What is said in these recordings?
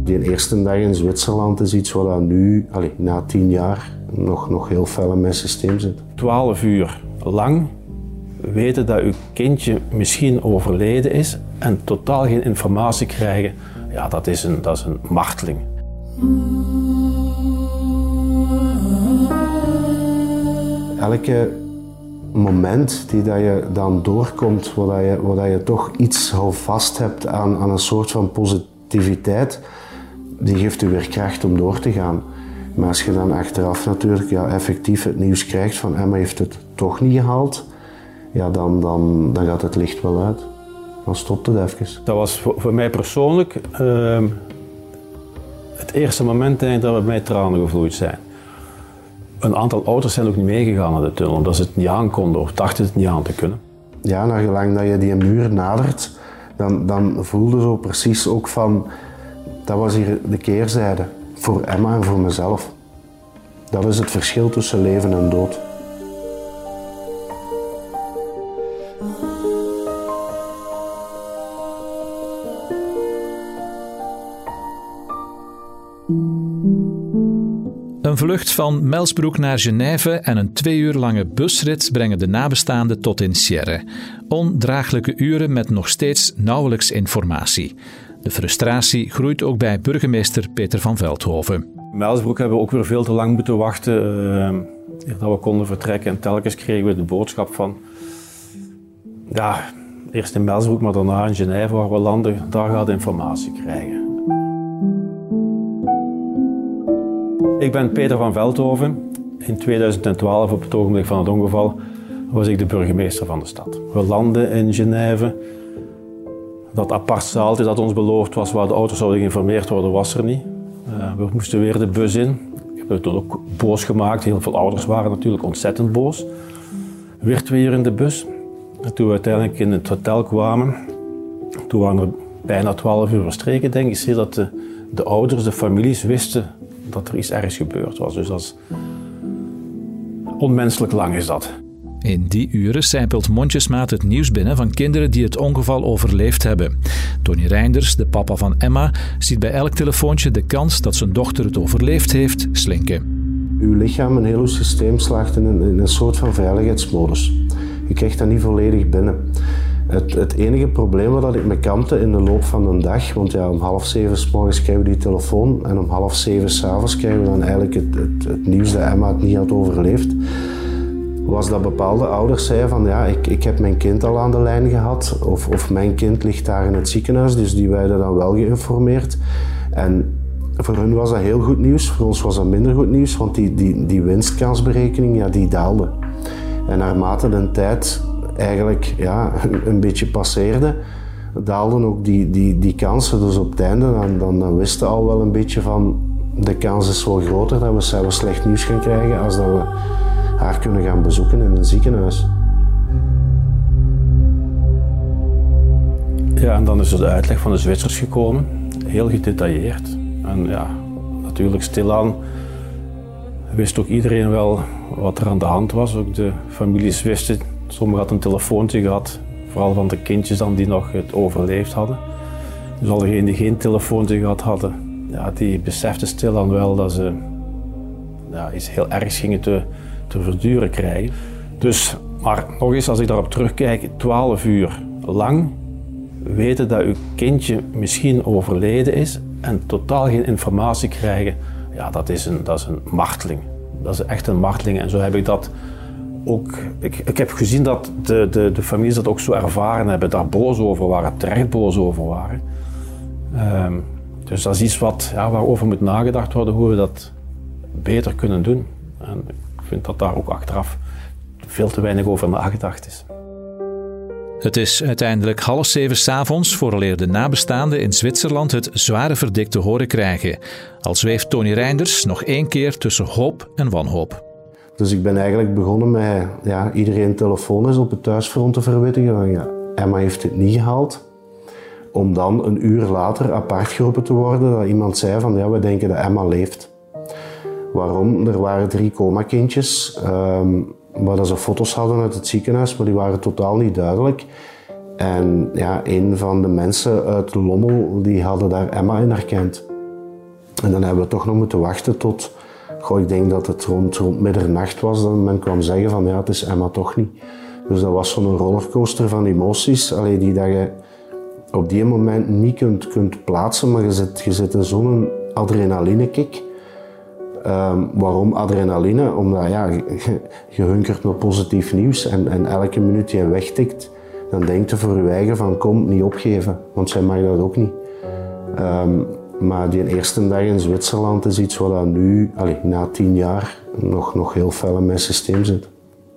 Die eerste dag in Zwitserland is iets wat nu, na 10 jaar, nog heel fel in mijn systeem zit. 12 uur lang weten dat uw kindje misschien overleden is en totaal geen informatie krijgen, ja, dat is een marteling. Elke moment die dat je dan doorkomt, waar je toch iets vast hebt aan een soort van positiviteit, die geeft je weer kracht om door te gaan. Maar als je dan achteraf natuurlijk effectief het nieuws krijgt van Emma heeft het toch niet gehaald, ja, dan gaat het licht wel uit. Dan stopt het even. Dat was voor mij persoonlijk het eerste moment denk ik, dat bij mij tranen gevloeid zijn. Een aantal ouders zijn ook niet meegegaan naar de tunnel, omdat ze het niet aankonden of dachten het niet aan te kunnen. Ja, naar gelang dat je die muur nadert, dan voelde je zo precies ook van, dat was hier de keerzijde. Voor Emma en voor mezelf. Dat is het verschil tussen leven en dood. Een vlucht van Melsbroek naar Genève en een 2 uur lange busrit brengen de nabestaanden tot in Sierre. Ondraaglijke uren met nog steeds nauwelijks informatie. De frustratie groeit ook bij burgemeester Peter van Veldhoven. In Melsbroek hebben we ook weer veel te lang moeten wachten dat we konden vertrekken. En telkens kregen we de boodschap van, ja, eerst in Melsbroek, maar daarna in Genève waar we landen, daar gaat informatie krijgen. Ik ben Peter van Veldhoven. In 2012, op het ogenblik van het ongeval, was ik de burgemeester van de stad. We landen in Genève. Dat apart zaaltje dat ons beloofd was, waar de auto's zouden geïnformeerd worden, was er niet. We moesten weer de bus in. Ik heb het toen ook boos gemaakt. Heel veel ouders waren natuurlijk ontzettend boos. Weer 2 uur in de bus. En toen we uiteindelijk in het hotel kwamen, toen waren er bijna 12 uur verstreken, denk ik, zie je dat de ouders, de families wisten dat er iets ergs gebeurd was. Dus dat is onmenselijk lang is dat. In die uren sijpelt mondjesmaat het nieuws binnen van kinderen die het ongeval overleefd hebben. Tony Reinders, de papa van Emma, ziet bij elk telefoontje de kans dat zijn dochter het overleefd heeft slinken. Uw lichaam en heel uw systeem slaagt in een soort van veiligheidsmodus. Je krijgt dat niet volledig binnen. Het enige probleem dat ik me kampte in de loop van de dag, want ja, om 6:30 's morgens krijgen we die telefoon en om 6:30 's avonds krijgen we dan eigenlijk het nieuws dat Emma het niet had overleefd, was dat bepaalde ouders zeiden van ja, ik heb mijn kind al aan de lijn gehad of mijn kind ligt daar in het ziekenhuis, dus die werden dan wel geïnformeerd. En voor hun was dat heel goed nieuws, voor ons was dat minder goed nieuws, want die winstkansberekening, ja, die daalde. En naarmate de tijd eigenlijk een beetje passeerde, daalden ook die kansen. Dus op het einde dan wisten we al wel een beetje van de kans is wel groter dat we zelfs slecht nieuws gaan krijgen als dat we haar kunnen gaan bezoeken in een ziekenhuis. Ja, en dan is er de uitleg van de Zwitsers gekomen, heel gedetailleerd. En ja, natuurlijk stilaan wist ook iedereen wel wat er aan de hand was. Ook de families wisten, sommigen hadden een telefoontje gehad, vooral van de kindjes dan die nog het overleefd hadden. Dus al diegenen die geen telefoontje gehad hadden, ja, die beseften stilaan wel dat ze iets heel ergs gingen te verduren krijgen. Dus, maar nog eens, als ik daarop terugkijk, 12 uur lang weten dat uw kindje misschien overleden is en totaal geen informatie krijgen, ja, dat is een marteling. Dat is echt een marteling en zo heb ik dat ook. Ik heb gezien dat de families dat ook zo ervaren hebben, daar boos over waren, terecht boos over waren. Dus dat is iets waarover moet nagedacht worden, hoe we dat beter kunnen doen. En ik vind dat daar ook achteraf veel te weinig over nagedacht is. Het is uiteindelijk 6:30 s'avonds vooraleer de nabestaanden in Zwitserland het zware verdikt te horen krijgen. Al zweeft Tony Reinders nog 1 keer tussen hoop en wanhoop. Dus ik ben eigenlijk begonnen met iedereen telefonisch op het thuisfront te verwittigen van Emma heeft het niet gehaald. Om dan 1 uur later apart geroepen te worden dat iemand zei van we denken dat Emma leeft. Waarom? Er waren 3 coma-kindjes waar ze foto's hadden uit het ziekenhuis, maar die waren totaal niet duidelijk. En een van de mensen uit Lommel, die hadden daar Emma in herkend. En dan hebben we toch nog moeten wachten tot, ik denk dat het rond middernacht was, dat men kwam zeggen van ja, het is Emma toch niet. Dus dat was zo'n rollercoaster van emoties, die dat je op die moment niet kunt plaatsen, maar je zit in zo'n adrenalinekick. Waarom adrenaline? Omdat je hunkert naar positief nieuws en elke minuut die je wegtikt, dan denk je voor je eigen van kom, niet opgeven, want zij mag dat ook niet. Maar die eerste dag in Zwitserland is iets wat nu, na 10 jaar, nog heel fel in mijn systeem zit.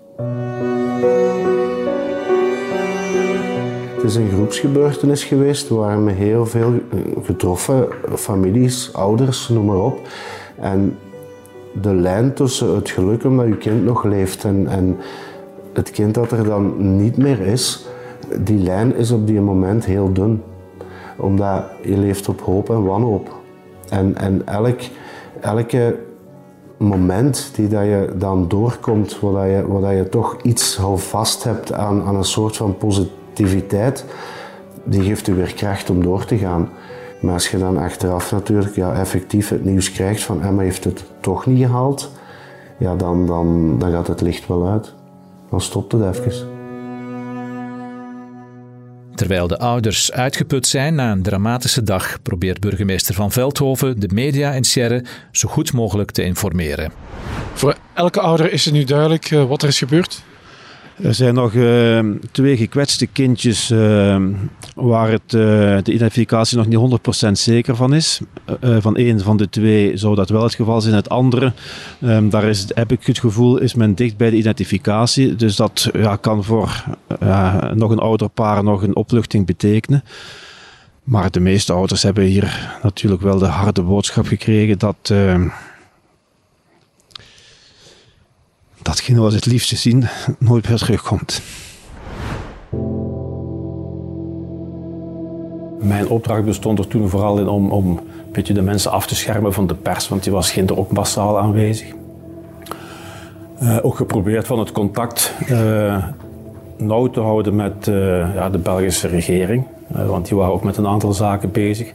Het is een groepsgebeurtenis geweest, we waren met heel veel getroffen families, ouders, noem maar op. En de lijn tussen het geluk omdat je kind nog leeft en het kind dat er dan niet meer is, die lijn is op die moment heel dun. Omdat je leeft op hoop en wanhoop. En elke moment die dat je dan doorkomt, waar je toch iets houvast hebt aan een soort van positiviteit, die geeft je weer kracht om door te gaan. Maar als je dan achteraf natuurlijk effectief het nieuws krijgt van Emma heeft het toch niet gehaald, dan gaat het licht wel uit. Dan stopt het even. Terwijl de ouders uitgeput zijn na een dramatische dag, probeert burgemeester Van Veldhoven de media in Sierre zo goed mogelijk te informeren. Voor elke ouder is het nu duidelijk wat er is gebeurd? Er zijn nog 2 gekwetste kindjes waar de identificatie nog niet 100% zeker van is. Van 1 van de 2 zou dat wel het geval zijn. Het andere, daar heb ik het gevoel, is men dicht bij de identificatie. Dus dat kan voor nog een ouderpaar nog een opluchting betekenen. Maar de meeste ouders hebben hier natuurlijk wel de harde boodschap gekregen dat datgene wat ze het liefste zien, nooit meer terugkomt. Mijn opdracht bestond er toen vooral in om een beetje de mensen af te schermen van de pers, want die was gisteren ook massaal aanwezig. Ook geprobeerd van het contact nauw te houden met de Belgische regering, want die waren ook met een aantal zaken bezig.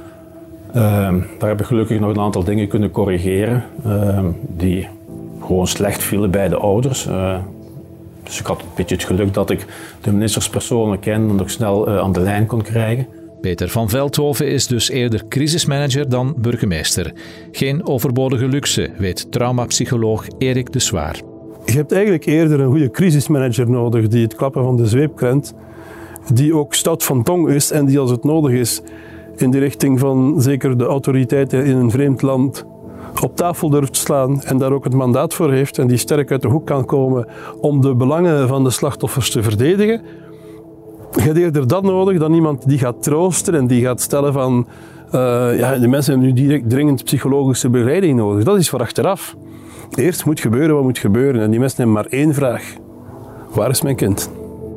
Daar heb ik gelukkig nog een aantal dingen kunnen corrigeren die gewoon slecht vielen bij de ouders. Dus ik had een beetje het geluk dat ik de ministers persoonlijk ken en ook snel aan de lijn kon krijgen. Peter Van Veldhoven is dus eerder crisismanager dan burgemeester. Geen overbodige luxe, weet traumapsycholoog Erik de Zwaar. Je hebt eigenlijk eerder een goede crisismanager nodig die het klappen van de zweep kent, die ook stout van tong is en die als het nodig is in de richting van zeker de autoriteiten in een vreemd land op tafel durft slaan en daar ook het mandaat voor heeft en die sterk uit de hoek kan komen om de belangen van de slachtoffers te verdedigen. Je hebt eerder dat nodig dan iemand die gaat troosten en die gaat stellen van de mensen hebben nu direct dringend psychologische begeleiding nodig. Dat is voor achteraf. Eerst moet gebeuren wat moet gebeuren en die mensen hebben maar 1 vraag. Waar is mijn kind?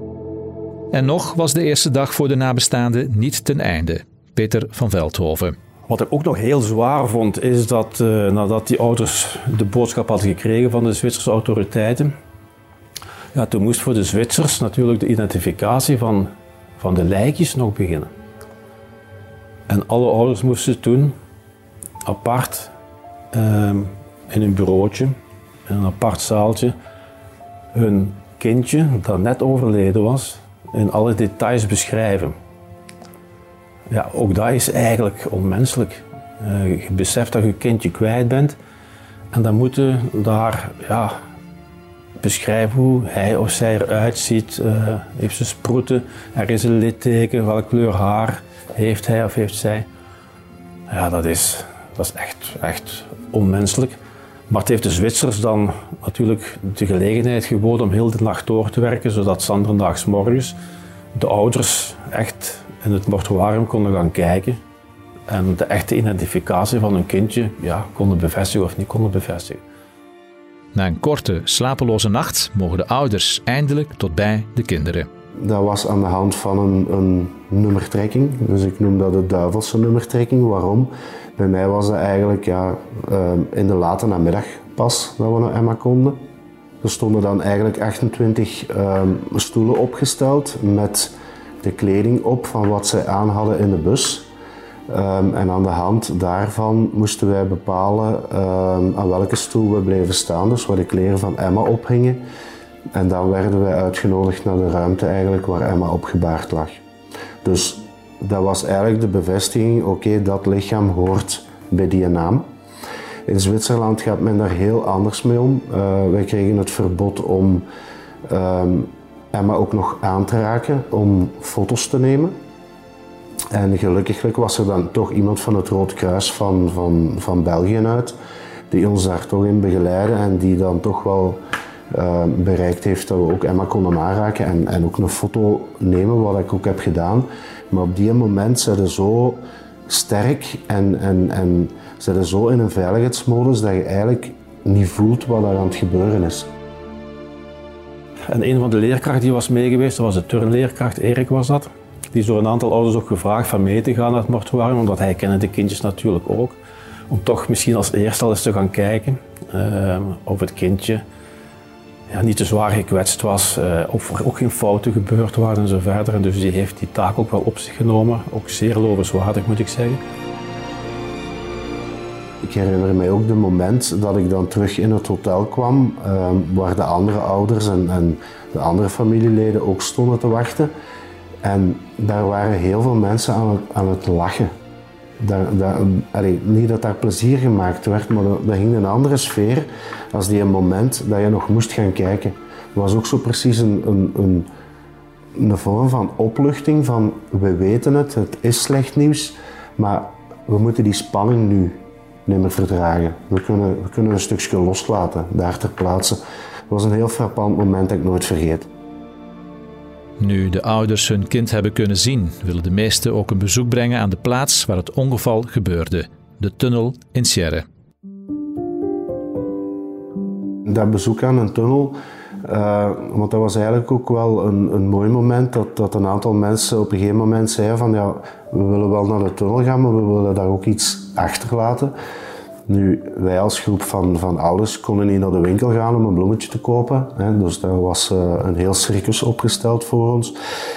En nog was de eerste dag voor de nabestaanden niet ten einde. Peter Van Veldhoven. Wat ik ook nog heel zwaar vond, is dat nadat die ouders de boodschap hadden gekregen van de Zwitserse autoriteiten, toen moest voor de Zwitsers natuurlijk de identificatie van de lijkjes nog beginnen. En alle ouders moesten toen apart in een bureautje, in een apart zaaltje, hun kindje dat net overleden was, in alle details beschrijven. Ja, ook dat is eigenlijk onmenselijk. Je beseft dat je kindje kwijt bent en dan moeten daar beschrijven hoe hij of zij eruit ziet. Heeft ze sproeten, er is een litteken, welke kleur haar heeft hij of heeft zij. Ja, dat is echt onmenselijk. Maar het heeft de Zwitsers dan natuurlijk de gelegenheid geboden om heel de nacht door te werken, zodat ze 's anderdaags morgens de ouders echt in het mortuarium konden gaan kijken en de echte identificatie van hun kindje konden bevestigen of niet konden bevestigen. Na een korte, slapeloze nacht mogen de ouders eindelijk tot bij de kinderen. Dat was aan de hand van een nummertrekking, dus ik noem dat de duivelse nummertrekking. Waarom? Bij mij was dat eigenlijk in de late namiddag pas dat we naar Emma konden. Er stonden dan eigenlijk 28 stoelen opgesteld met de kleding op van wat zij aan hadden in de bus. En aan de hand daarvan moesten wij bepalen aan welke stoel we bleven staan, dus waar de kleren van Emma ophingen. En dan werden wij uitgenodigd naar de ruimte eigenlijk waar Emma opgebaard lag. Dus dat was eigenlijk de bevestiging, oké, dat lichaam hoort bij die naam. In Zwitserland gaat men daar heel anders mee om. Wij kregen het verbod om Emma ook nog aan te raken, om foto's te nemen. En gelukkig was er dan toch iemand van het Rode Kruis van België uit, die ons daar toch in begeleidde en die dan toch wel bereikt heeft dat we ook Emma konden aanraken en ook een foto nemen, wat ik ook heb gedaan. Maar op die moment zijn ze zo sterk en zijn ze zo in een veiligheidsmodus dat je eigenlijk niet voelt wat er aan het gebeuren is. En een van de leerkrachten die was meegeweest, dat was de turnleerkracht, Erik was dat. Die is door een aantal ouders ook gevraagd van mee te gaan naar het mortuarium, omdat hij kende de kindjes natuurlijk ook. Om toch misschien als eerste al eens te gaan kijken of het kindje niet te zwaar gekwetst was, of er ook geen fouten gebeurd waren en zo verder. En dus die heeft die taak ook wel op zich genomen, ook zeer lovenswaardig moet ik zeggen. Ik herinner mij ook de moment dat ik dan terug in het hotel kwam, waar de andere ouders en de andere familieleden ook stonden te wachten. En daar waren heel veel mensen aan het lachen. Niet dat daar plezier gemaakt werd, maar dat hing een andere sfeer als die een moment dat je nog moest gaan kijken. Het was ook zo precies een vorm van opluchting van we weten het is slecht nieuws, maar we moeten die spanning nu niet meer verdragen. We kunnen een stukje loslaten, daar ter plaatse. Het was een heel frappant moment dat ik nooit vergeet. Nu de ouders hun kind hebben kunnen zien, willen de meesten ook een bezoek brengen aan de plaats waar het ongeval gebeurde, de tunnel in Sierre. Dat bezoek aan een tunnel, want dat was eigenlijk ook wel een mooi moment dat een aantal mensen op een gegeven moment zeiden van ja, we willen wel naar de tunnel gaan, maar we willen daar ook iets achterlaten. Nu, wij als groep van ouders konden niet naar de winkel gaan om een bloemetje te kopen. Dus daar was een heel circus opgesteld voor ons.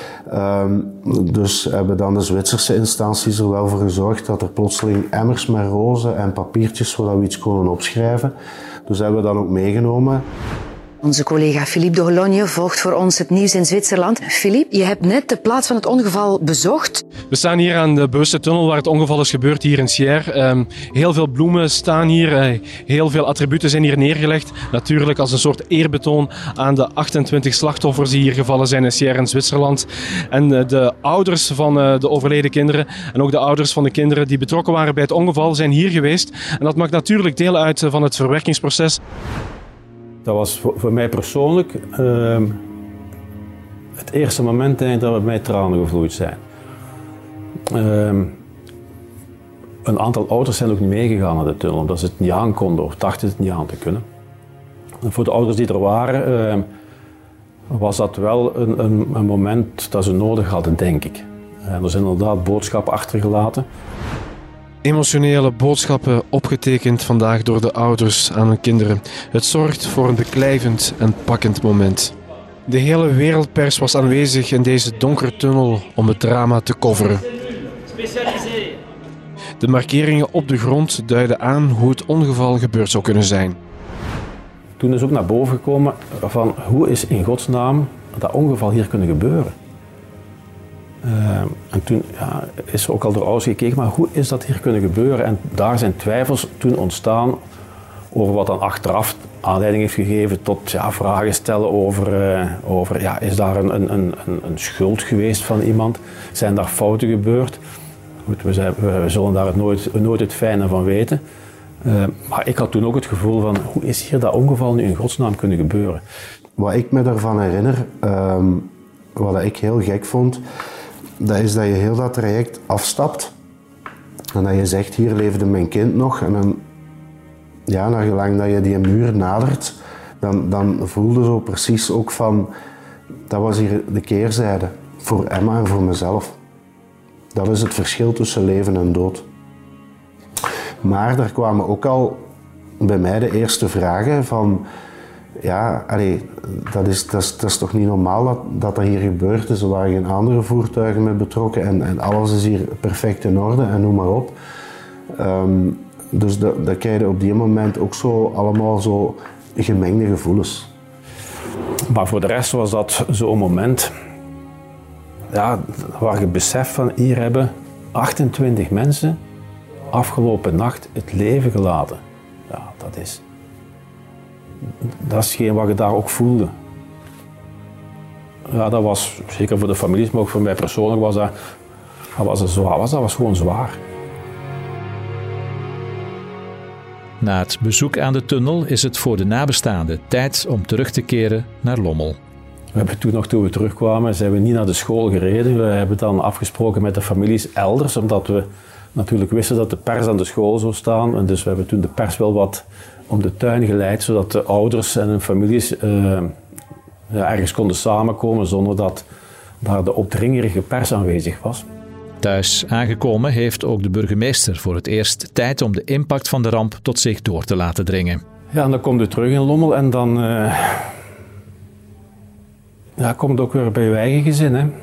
Dus hebben dan de Zwitserse instanties er wel voor gezorgd dat er plotseling emmers met rozen en papiertjes waar we iets konden opschrijven. Dus hebben we dan ook meegenomen. Onze collega Philippe de Hologne volgt voor ons het nieuws in Zwitserland. Philippe, je hebt net de plaats van het ongeval bezocht. We staan hier aan de bewuste tunnel waar het ongeval is gebeurd, hier in Sierre. Heel veel bloemen staan hier, heel veel attributen zijn hier neergelegd. Natuurlijk als een soort eerbetoon aan de 28 slachtoffers die hier gevallen zijn in Sierre in Zwitserland. En de ouders van de overleden kinderen en ook de ouders van de kinderen die betrokken waren bij het ongeval zijn hier geweest. En dat maakt natuurlijk deel uit van het verwerkingsproces. Dat was voor mij persoonlijk het eerste moment denk ik, dat bij mij tranen gevloeid zijn. Een aantal ouders zijn ook niet meegegaan naar de tunnel, omdat ze het niet aan konden of dachten het niet aan te kunnen. En voor de ouders die er waren, was dat wel een moment dat ze nodig hadden, denk ik. Er zijn inderdaad boodschappen achtergelaten. Emotionele boodschappen opgetekend vandaag door de ouders aan hun kinderen. Het zorgt voor een beklijvend en pakkend moment. De hele wereldpers was aanwezig in deze donkere tunnel om het drama te coveren. De markeringen op de grond duiden aan hoe het ongeval gebeurd zou kunnen zijn. Toen is ook naar boven gekomen van hoe is in godsnaam dat ongeval hier kunnen gebeuren. En toen is er ook al door ouders gekeken, maar hoe is dat hier kunnen gebeuren? En daar zijn twijfels toen ontstaan over wat dan achteraf aanleiding heeft gegeven tot vragen stellen over is daar een schuld geweest van iemand? Zijn daar fouten gebeurd? Goed, we zullen daar nooit het fijne van weten. Maar ik had toen ook het gevoel van, hoe is hier dat ongeval nu in godsnaam kunnen gebeuren? Wat ik me daarvan herinner, wat ik heel gek vond, dat is dat je heel dat traject afstapt en dat je zegt, hier leefde mijn kind nog. En dan, naar gelang dat je die muur nadert, dan voelde je zo precies ook van, dat was hier de keerzijde voor Emma en voor mezelf. Dat is het verschil tussen leven en dood. Maar er kwamen ook al bij mij de eerste vragen van, Ja, dat is toch niet normaal dat hier gebeurt is. Er waren geen andere voertuigen mee betrokken en alles is hier perfect in orde en noem maar op. Dus dat krijg je op die moment ook zo allemaal zo gemengde gevoelens. Maar voor de rest was dat zo'n moment waar je beseft van hier hebben 28 mensen afgelopen nacht het leven gelaten. Ja, dat is geen wat je daar ook voelde. Ja, dat was zeker voor de families, maar ook voor mij persoonlijk was dat gewoon zwaar. Na het bezoek aan de tunnel is het voor de nabestaanden tijd om terug te keren naar Lommel. We hebben toen we terugkwamen, zijn we niet naar de school gereden. We hebben dan afgesproken met de families elders, omdat we natuurlijk wisten dat de pers aan de school zou staan. En dus we hebben toen de pers wel wat om de tuin geleid, zodat de ouders en hun families ergens konden samenkomen zonder dat daar de opdringerige pers aanwezig was. Thuis aangekomen heeft ook de burgemeester voor het eerst tijd om de impact van de ramp tot zich door te laten dringen. Ja, en dan komt u terug in Lommel en dan komt het ook weer bij je eigen gezin. Hè.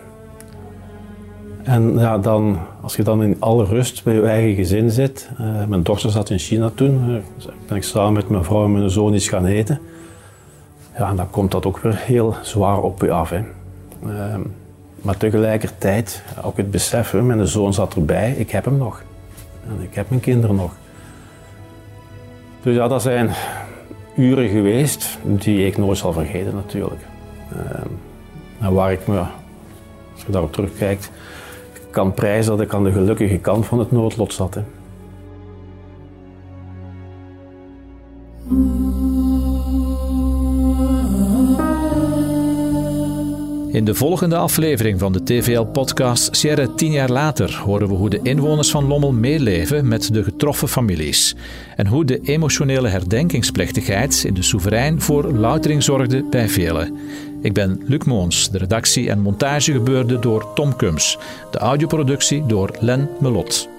En ja, dan, als je dan in alle rust bij je eigen gezin zit, mijn dochter zat in China toen, ben ik samen met mijn vrouw en mijn zoon iets gaan eten. Ja, en dan komt dat ook weer heel zwaar op je af. Hè. Maar tegelijkertijd ook het besef, mijn zoon zat erbij, ik heb hem nog. En ik heb mijn kinderen nog. Dus ja, dat zijn uren geweest die ik nooit zal vergeten natuurlijk. En waar ik me, als je daarop terugkijkt, kan prijzen dat ik aan de gelukkige kant van het noodlot zat. Hè. In de volgende aflevering van de TVL-podcast Sierre 10 jaar later horen we hoe de inwoners van Lommel meeleven met de getroffen families en hoe de emotionele herdenkingsplechtigheid in de Soeverein voor loutering zorgde bij velen. Ik ben Luc Moons, de redactie en montage gebeurde door Tom Kums, de audioproductie door Len Melot.